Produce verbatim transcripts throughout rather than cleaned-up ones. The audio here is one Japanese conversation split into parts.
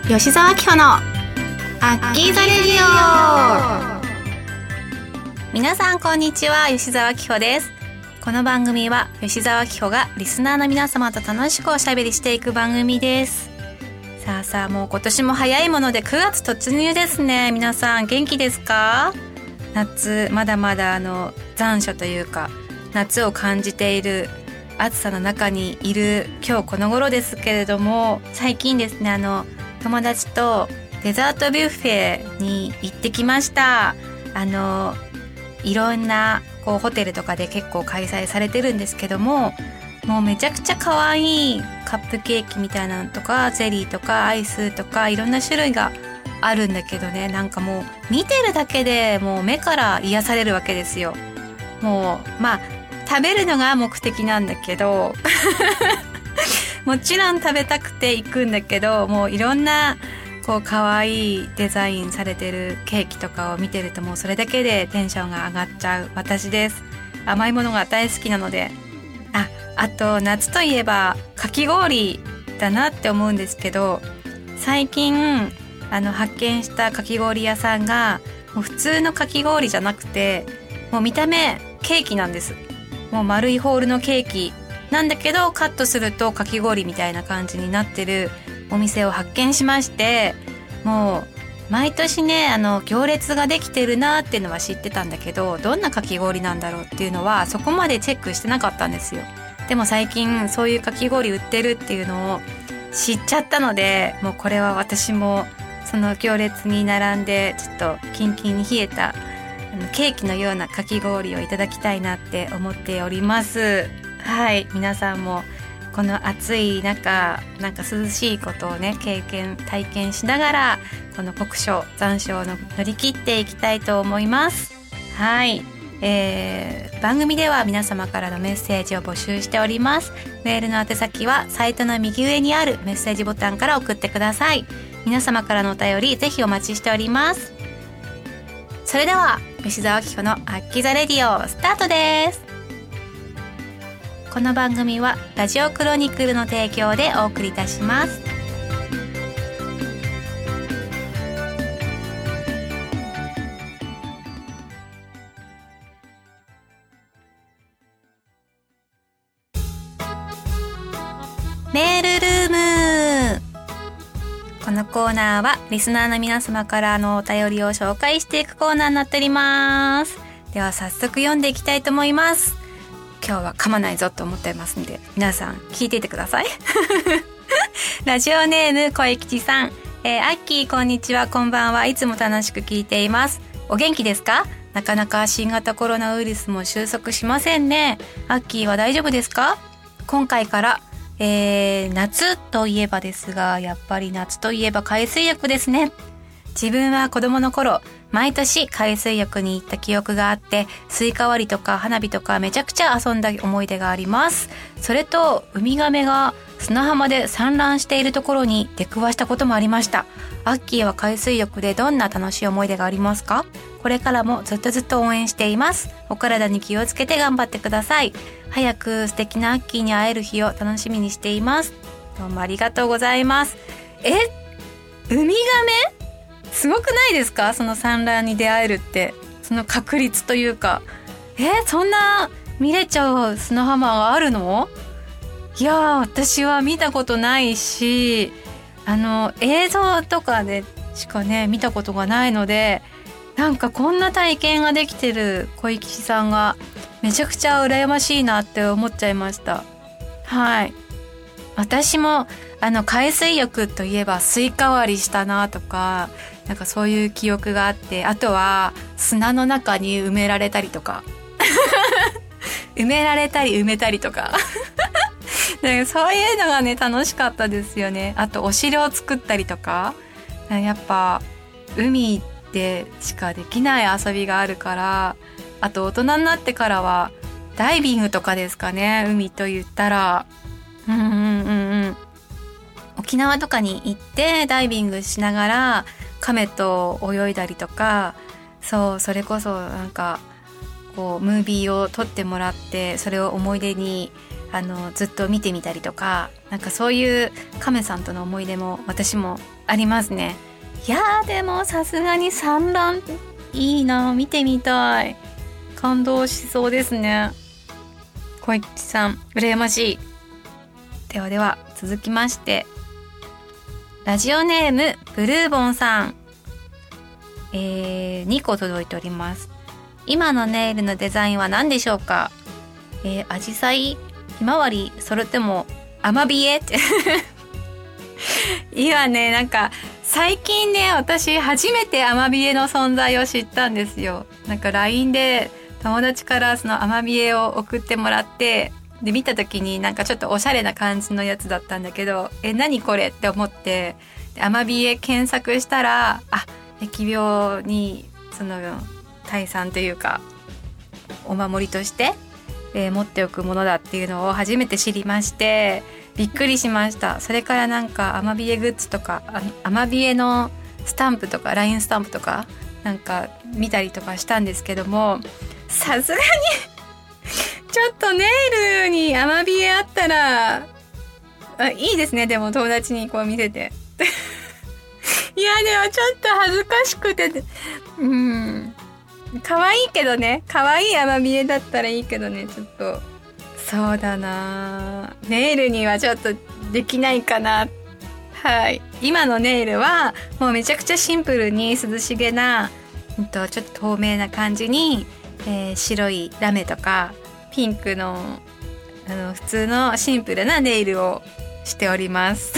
吉澤明穂のアッキーザレディオ。皆さんこんにちは、吉澤明穂です。この番組は吉澤明穂がリスナーの皆様と楽しくおしゃべりしていく番組です。さあさあ、もう今年も早いものでくがつ突入ですね。皆さん元気ですか？夏まだまだあの残暑というか夏を感じている暑さの中にいる今日この頃ですけれども、最近ですね、あの友達とデザートビュッフェに行ってきました。あのいろんなこうホテルとかで結構開催されてるんですけども、もうめちゃくちゃ可愛いカップケーキみたいなのとかゼリーとかアイスとかいろんな種類があるんだけどね、なんかもう見てるだけでもう目から癒されるわけですよ。もうまあ食べるのが目的なんだけどもちろん食べたくて行くんだけど、もういろんなこう可愛いデザインされてるケーキとかを見てるともうそれだけでテンションが上がっちゃう私です。甘いものが大好きなので。あ、あと夏といえばかき氷だなって思うんですけど、最近あの発見したかき氷屋さんがもう普通のかき氷じゃなくて、もう見た目ケーキなんです。もう丸いホールのケーキなんだけどカットするとかき氷みたいな感じになってるお店を発見しまして、もう毎年ねあの行列ができてるなっていうのは知ってたんだけど、どんなかき氷なんだろうっていうのはそこまでチェックしてなかったんですよ。でも最近そういうかき氷売ってるっていうのを知っちゃったので、もうこれは私もその行列に並んでちょっとキンキンに冷えたあのケーキのようなかき氷をいただきたいなって思っております。はい、皆さんもこの暑い中なんか涼しいことをね経験体験しながらこの酷暑残暑を乗り切っていきたいと思います。はい、えー、番組では皆様からのメッセージを募集しております。メールの宛先はサイトの右上にあるメッセージボタンから送ってください。皆様からのお便りぜひお待ちしております。それでは吉澤明穂のアッキーザレディオスタートです。この番組はラジオクロニクルの提供でお送りいたします。メールルーム。このコーナーはリスナーの皆様からのお便りを紹介していくコーナーになっております。では早速読んでいきたいと思います。今日は噛まないぞと思ってますんで皆さん聞いていてくださいラジオネーム小吉さん、えー、アッキーこんにちは、こんばんは。いつも楽しく聞いています。お元気ですか？なかなか新型コロナウイルスも収束しませんね。アッキーは大丈夫ですか？今回からえー、夏といえばですが、やっぱり夏といえば海水浴ですね。自分は子供の頃毎年海水浴に行った記憶があって、スイカ割りとか花火とかめちゃくちゃ遊んだ思い出があります。それとウミガメが砂浜で産卵しているところに出くわしたこともありました。アッキーは海水浴でどんな楽しい思い出がありますか？これからもずっとずっと応援しています。お体に気をつけて頑張ってください。早く素敵なアッキーに会える日を楽しみにしています。どうもありがとうございます。え、ウミガメすごくないですか？その産卵に出会えるって、その確率というか、え、そんな見れちゃう砂浜があるの？いやー、私は見たことないし、あの映像とかでしかね見たことがないので、なんかこんな体験ができてる小池さんがめちゃくちゃ羨ましいなって思っちゃいました。はい、私もあの海水浴といえばスイカ割りしたなとか、なんかそういう記憶があって、あとは砂の中に埋められたりとか埋められたり埋めたりとかなんかそういうのがね楽しかったですよね。あとお城を作ったりとか、やっぱ海でしかできない遊びがあるから。あと大人になってからはダイビングとかですかね。海と言ったらうんうんうんうん沖縄とかに行ってダイビングしながら亀と泳いだりとか、そうそれこそなんかこうムービーを撮ってもらって、それを思い出にあのずっと見てみたりとか、 なんかそういう亀さんとの思い出も私もありますね。いやーでもさすがに産卵いいな、見てみたい。感動しそうですね。小市さん羨ましい。ではでは続きまして、ラジオネームブルーボンさん、えー、にこ届いております。今のネイルのデザインは何でしょうか？えー、アジサイ、ひまわり、それともアマビエっていいわね。なんか最近ね、私初めてアマビエの存在を知ったんですよ。なんか ライン で友達からそのアマビエを送ってもらって、で見た時になんかちょっとおしゃれな感じのやつだったんだけど、え何これって思って、でアマビエ検索したら、あ、疫病にその退散というかお守りとして、えー、持っておくものだっていうのを初めて知りまして、びっくりしました。それからなんかアマビエグッズとか、アマビエのスタンプとか ライン スタンプとかなんか見たりとかしたんですけども、さすがにちょっとネイルにアマビエあったらあいいですね。でも友達にこう見せていやでもちょっと恥ずかしくて、うん可愛いけどね、可愛いアマビエだったらいいけどね、ちょっとそうだな、ネイルにはちょっとできないかな。はい、今のネイルはもうめちゃくちゃシンプルに涼しげな、うんと、ちょっと透明な感じに、えー、白いラメとかピンクの、あの普通のシンプルなネイルをしております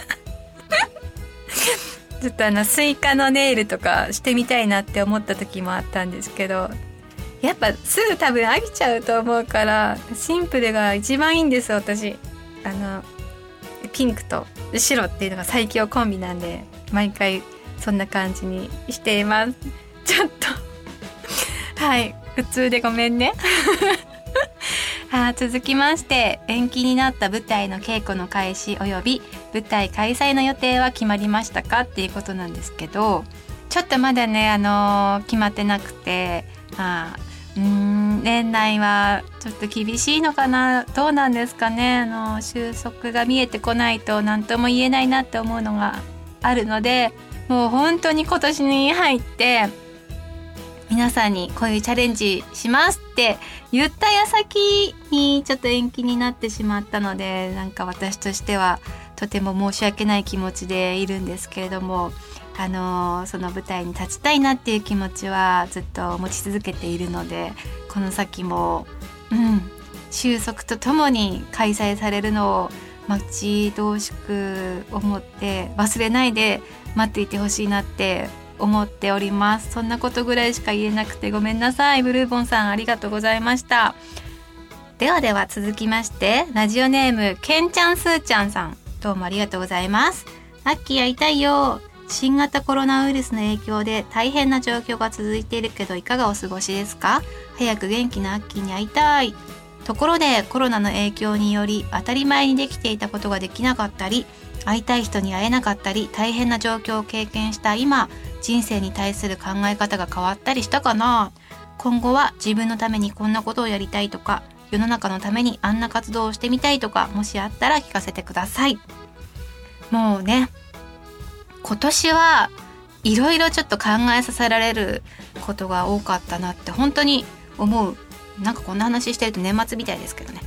ちょっとあのスイカのネイルとかしてみたいなって思った時もあったんですけど、やっぱすぐ多分飽きちゃうと思うからシンプルが一番いいんです。私あのピンクと白っていうのが最強コンビなんで、毎回そんな感じにしています。ちょっとはい普通でごめんねあ続きまして、延期になった舞台の稽古の開始および舞台開催の予定は決まりましたかっていうことなんですけど、ちょっとまだね、あのー、決まってなくて、まあ、うーん年内はちょっと厳しいのかな、どうなんですかね。あの収束が見えてこないと何とも言えないなって思うのがあるので、もう本当に今年に入って皆さんにこういうチャレンジしますって言った矢先にちょっと延期になってしまったので、なんか私としてはとても申し訳ない気持ちでいるんですけれども、あのー、その舞台に立ちたいなっていう気持ちはずっと持ち続けているので、この先も、うん、収束とともに開催されるのを待ち遠しく思って忘れないで待っていてほしいなって思っております。そんなことぐらいしか言えなくてごめんなさい。ブルーボンさんありがとうございました。ではでは続きまして、ラジオネームけんちゃんすーちゃんさん、どうもありがとうございます。アッキー会いたいよ。新型コロナウイルスの影響で大変な状況が続いているけどいかがお過ごしですか？早く元気なアッキーに会いたい。ところでコロナの影響により当たり前にできていたことができなかったり、会いたい人に会えなかったり、大変な状況を経験した今、人生に対する考え方が変わったりしたかな？今後は自分のためにこんなことをやりたいとか、世の中のためにあんな活動をしてみたいとか、もしあったら聞かせてください。もうね、今年はいろいろちょっと考えさせられることが多かったなって本当に思う。なんかこんな話してると年末みたいですけどね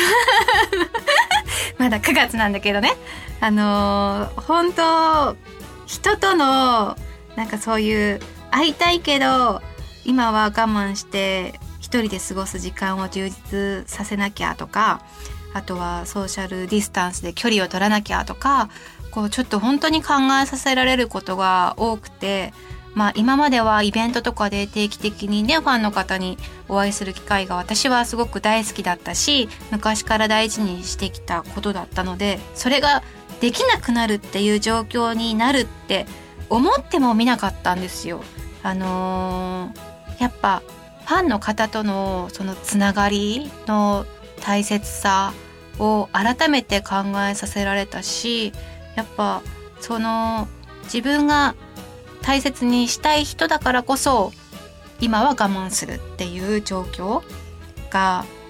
まだくがつなんだけどね、あのー、本当人とのなんかそういう会いたいけど今は我慢して一人で過ごす時間を充実させなきゃとか、あとはソーシャルディスタンスで距離を取らなきゃとか、こうちょっと本当に考えさせられることが多くて、まあ今まではイベントとかで定期的にねファンの方にお会いする機会が私はすごく大好きだったし、昔から大事にしてきたことだったので、それができなくなるっていう状況になるって思ってもみなかったんですよ。あのー、やっぱファンの方とのそのつながりの大切さを改めて考えさせられたし、やっぱその自分が大切にしたい人だからこそ今は我慢するっていう状況が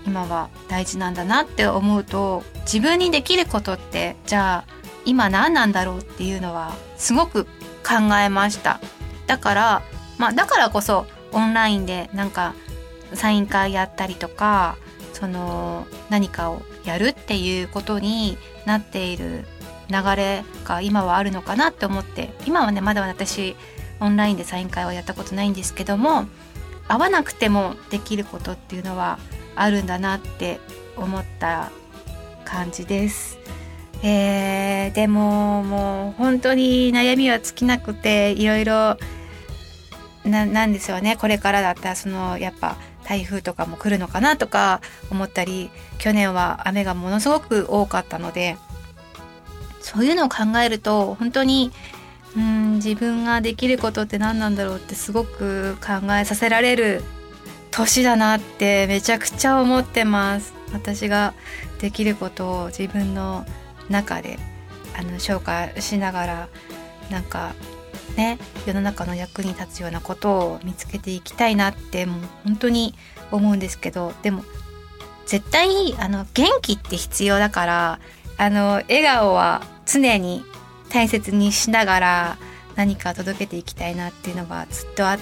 今は大事なんだなって思うと、自分にできることってじゃあ今何なんだろうっていうのはすごく考えました。だからまあだからこそオンラインでなんかサイン会やったりとか、その何かをやるっていうことになっている流れが今はあるのかなって思って、今はねまだ私オンラインでサイン会はやったことないんですけども、会わなくてもできることっていうのはあるんだなって思った感じです。えー、でももう本当に悩みは尽きなくて、いろいろ な, なんですよね。これからだったらそのやっぱ台風とかも来るのかなとか思ったり、去年は雨がものすごく多かったので、そういうのを考えると本当にうーん自分ができることって何なんだろうってすごく考えさせられる年だなってめちゃくちゃ思ってます。私ができることを自分の中であの消化しながら、なんかね世の中の役に立つようなことを見つけていきたいなってもう本当に思うんですけど、でも絶対あの元気って必要だから、あの笑顔は常に大切にしながら何か届けていきたいなっていうのがずっとあって、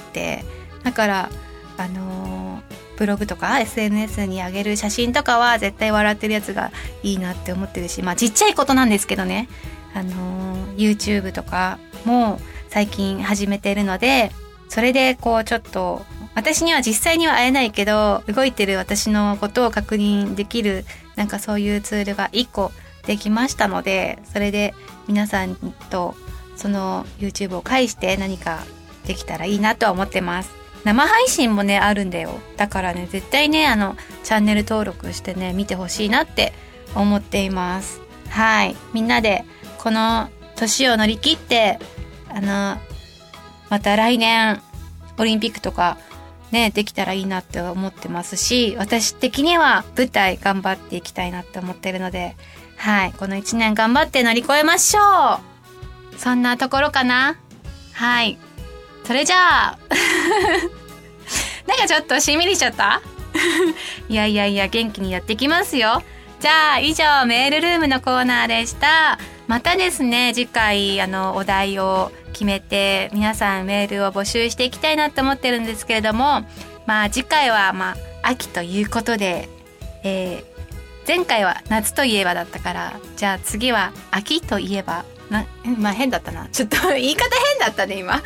だからあのブログとか エスエヌエス に上げる写真とかは絶対笑ってるやつがいいなって思ってるし、まあちっちゃいことなんですけどね、あの YouTube とかも最近始めてるので、それでこうちょっと私には実際には会えないけど動いてる私のことを確認できる、なんかそういうツールがいっこできましたので、それで皆さんとその YouTube を介して何かできたらいいなとは思ってます。生配信もねあるんだよ。だからね絶対ねあのチャンネル登録してね見てほしいなって思っています。はい、みんなでこの年を乗り切ってあのまた来年オリンピックとかねできたらいいなって思ってますし、私的には舞台頑張っていきたいなって思ってるので、はい、このいちねん頑張って乗り越えましょう。そんなところかな。はい、それじゃあなんかちょっとしんみりしちゃったいやいやいや元気にやっていきますよ。じゃあ以上メールルームのコーナーでした。またですね次回あのお題を決めて皆さんメールを募集していきたいなと思ってるんですけれども、まあ次回はまあ秋ということで、えー、前回は夏といえばだったから、じゃあ次は秋といえばな、まあ変だったな、ちょっと言い方変だったね今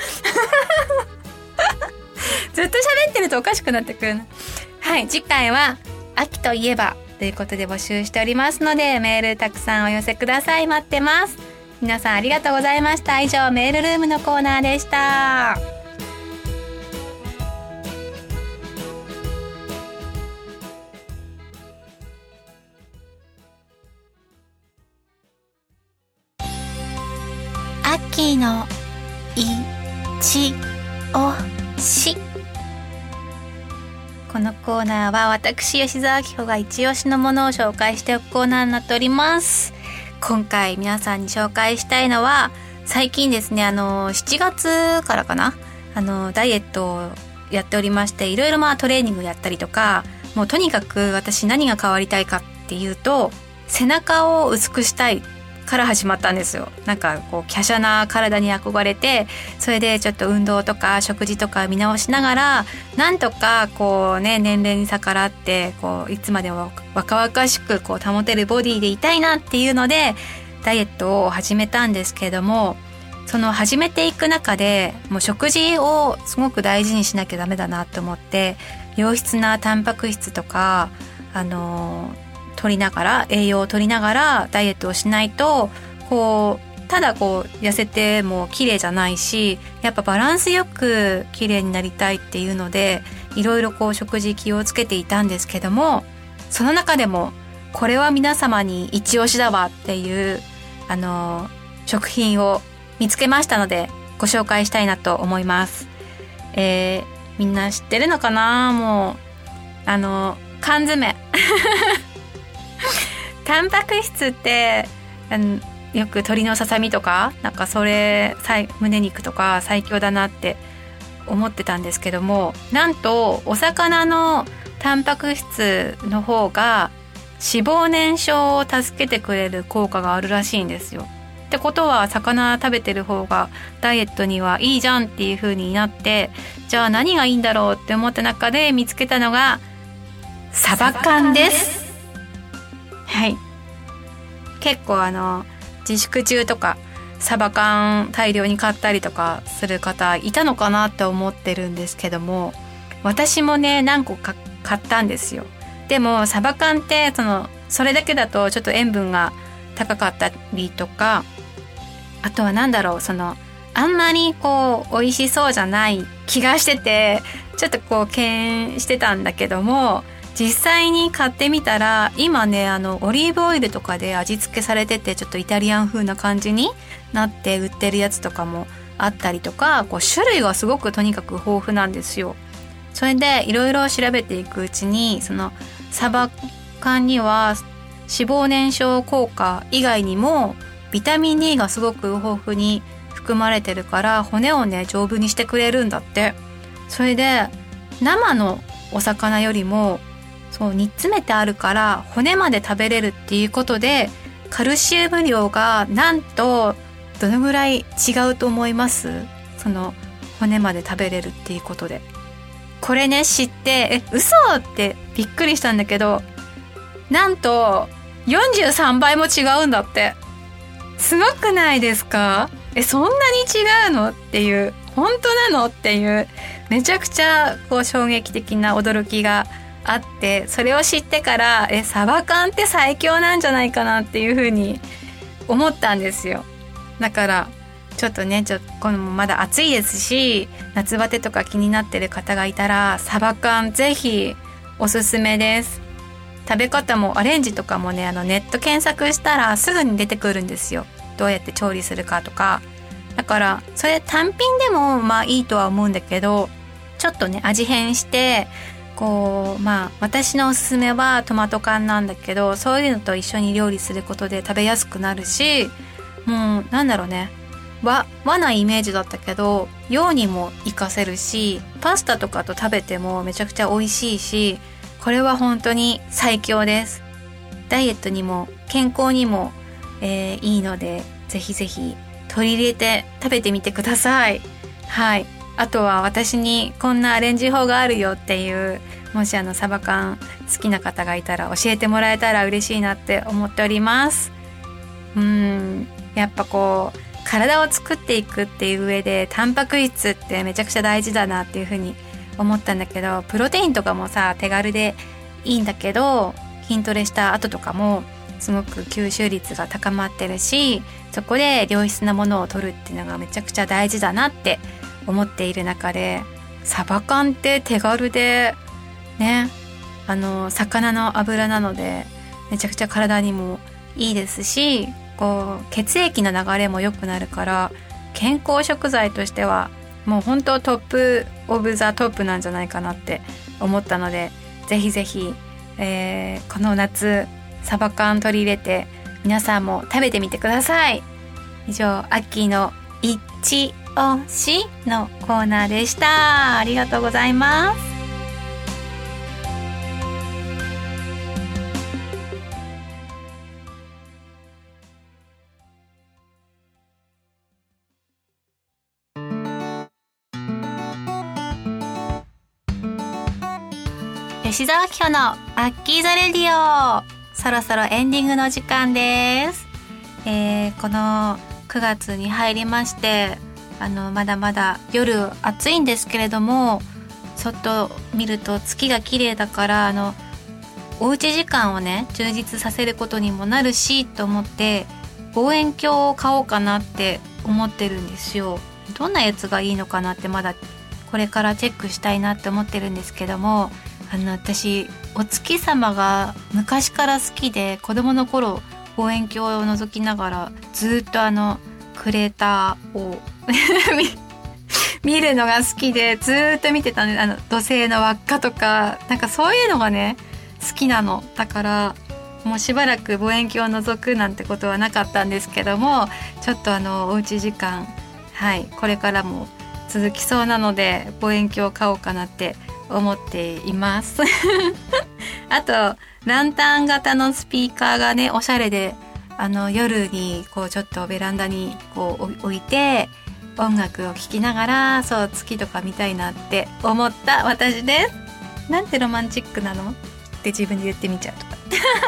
ずっと喋ってるとおかしくなってくるな。はい、次回は秋といえばということで募集しておりますので、メールたくさんお寄せください。待ってます。皆さんありがとうございました。以上メールルームのコーナーでした。秋のいちおし。このコーナーは私吉澤明子が一押しのものを紹介しておくコーナーになっております。今回皆さんに紹介したいのは、最近ですねあのしちがつからかな、あのダイエットをやっておりまして、いろいろまあトレーニングやったりとか、もうとにかく私何が変わりたいかっていうと、背中を薄くしたいから始まったんですよ。なんかこう華奢な体に憧れて、それでちょっと運動とか食事とか見直しながら、なんとかこうね年齢に逆らってこういつまでも若々しくこう保てるボディでいたいなっていうのでダイエットを始めたんですけれども、その始めていく中でもう食事をすごく大事にしなきゃダメだなと思って、良質なタンパク質とかあのー取りながら栄養を取りながらダイエットをしないと、こうただこう痩せても綺麗じゃないし、やっぱバランスよく綺麗になりたいっていうので、いろいろこう食事気をつけていたんですけども、その中でもこれは皆様に一押しだわっていうあの食品を見つけましたのでご紹介したいなと思います。えー、みんな知ってるのかな。もうあの缶詰タンパク質ってあのよく鶏のささみとかなんかそれ胸肉とか最強だなって思ってたんですけども、なんとお魚のタンパク質の方が脂肪燃焼を助けてくれる効果があるらしいんですよ。ってことは魚食べてる方がダイエットにはいいじゃんっていう風になって、じゃあ何がいいんだろうって思った中で見つけたのがサバ缶です。はい、結構あの自粛中とかサバ缶大量に買ったりとかする方いたのかなって思ってるんですけども、私もね何個か買ったんですよ。でもサバ缶ってそのそれだけだとちょっと塩分が高かったりとか、あとはなんだろう、そのあんまりこう美味しそうじゃない気がしてて、ちょっとこう敬遠してたんだけども、実際に買ってみたら今ねあのオリーブオイルとかで味付けされてて、ちょっとイタリアン風な感じになって売ってるやつとかもあったりとか、こう種類がすごくとにかく豊富なんですよ。それでいろいろ調べていくうちに、そのサバ缶には脂肪燃焼効果以外にもビタミン D がすごく豊富に含まれてるから、骨をね丈夫にしてくれるんだって。それで生のお魚よりもそう煮詰めてあるから骨まで食べれるっていうことで、カルシウム量がなんとどのぐらい違うと思います？その骨まで食べれるっていうことで。これね知ってえ嘘ってびっくりしたんだけど、なんとよんじゅうさんばいも違うんだって。すごくないですか？えそんなに違うのっていう、本当なのっていう、めちゃくちゃこう衝撃的な驚きがあって、それを知ってからえサバ缶って最強なんじゃないかなっていう風に思ったんですよ。だからちょっとねちょっとこのまだ暑いですし、夏バテとか気になってる方がいたらサバ缶ぜひおすすめです。食べ方もアレンジとかもねあのネット検索したらすぐに出てくるんですよ。どうやって調理するかとか。だからそれ単品でもまあいいとは思うんだけど、ちょっとね味変してこうまあ私のおすすめはトマト缶なんだけど、そういうのと一緒に料理することで食べやすくなるし、もうなんだろうね和和なイメージだったけど洋にも活かせるし、パスタとかと食べてもめちゃくちゃ美味しいし、これは本当に最強です。ダイエットにも健康にも、えー、いいのでぜひぜひ取り入れて食べてみてください。はい。あとは私にこんなアレンジ法があるよっていう、もしあのサバ缶好きな方がいたら教えてもらえたら嬉しいなって思っております。うーんやっぱこう体を作っていくっていう上でタンパク質ってめちゃくちゃ大事だなっていう風に思ったんだけど、プロテインとかもさ手軽でいいんだけど、筋トレした後とかもすごく吸収率が高まってるし、そこで良質なものを取るっていうのがめちゃくちゃ大事だなって思っている中で、サバ缶って手軽でね、あの魚の油なのでめちゃくちゃ体にもいいですし、こう血液の流れも良くなるから健康食材としてはもう本当トップオブザトップなんじゃないかなって思ったので、ぜひぜひ、えー、この夏サバ缶取り入れて皆さんも食べてみてください。以上、アッキーの一押しのコーナーでした。ありがとうございます。吉澤明穂のアッキーザレディオ、そろそろエンディングの時間です。えー、このくがつに入りまして、あのまだまだ夜暑いんですけれども、外見ると月が綺麗だから、あのおうち時間をね充実させることにもなるしと思って望遠鏡を買おうかなって思ってるんですよ。どんなやつがいいのかなってまだこれからチェックしたいなって思ってるんですけども、あの私お月様が昔から好きで、子供の頃望遠鏡を覗きながらずっとあのクレーターを見るのが好きでずっと見てたね。あの土星の輪っかとかなんかそういうのがね好きなの。だからもうしばらく望遠鏡を覗くなんてことはなかったんですけども、ちょっとあのおうち時間、はい、これからも続きそうなので望遠鏡を買おうかなって思っていますあとランタン型のスピーカーがねおしゃれで、あの夜にこうちょっとベランダにこう置いて音楽を聴きながらそう月とか見たいなって思った私です。なんてロマンチックなのって自分で言ってみちゃうとか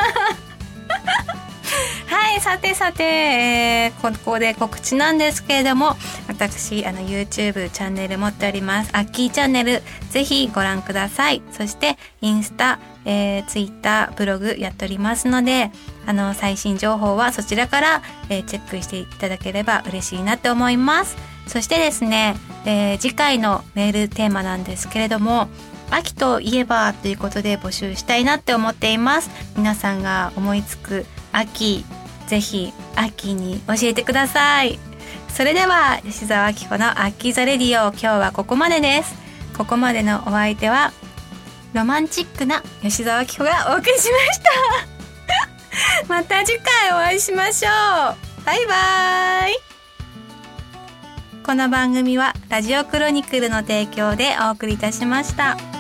はい、さてさて、えー、ここで告知なんですけれども、私あの YouTube チャンネル持っております。アッキーチャンネルぜひご覧ください。そしてインスタ、えー、Twitter、ブログやっておりますので、あの最新情報はそちらから、えー、チェックしていただければ嬉しいなって思います。そしてですね、えー、次回のメールテーマなんですけれども、秋といえばということで募集したいなって思っています。皆さんが思いつく秋、ぜひ秋に教えてください。それでは吉澤明子のアッキーザレディオ、今日はここまでです。ここまでのお相手はロマンチックな吉澤明子がお送りしましたまた次回お会いしましょう。バイバイ。この番組はラジオクロニクルの提供でお送りいたしました。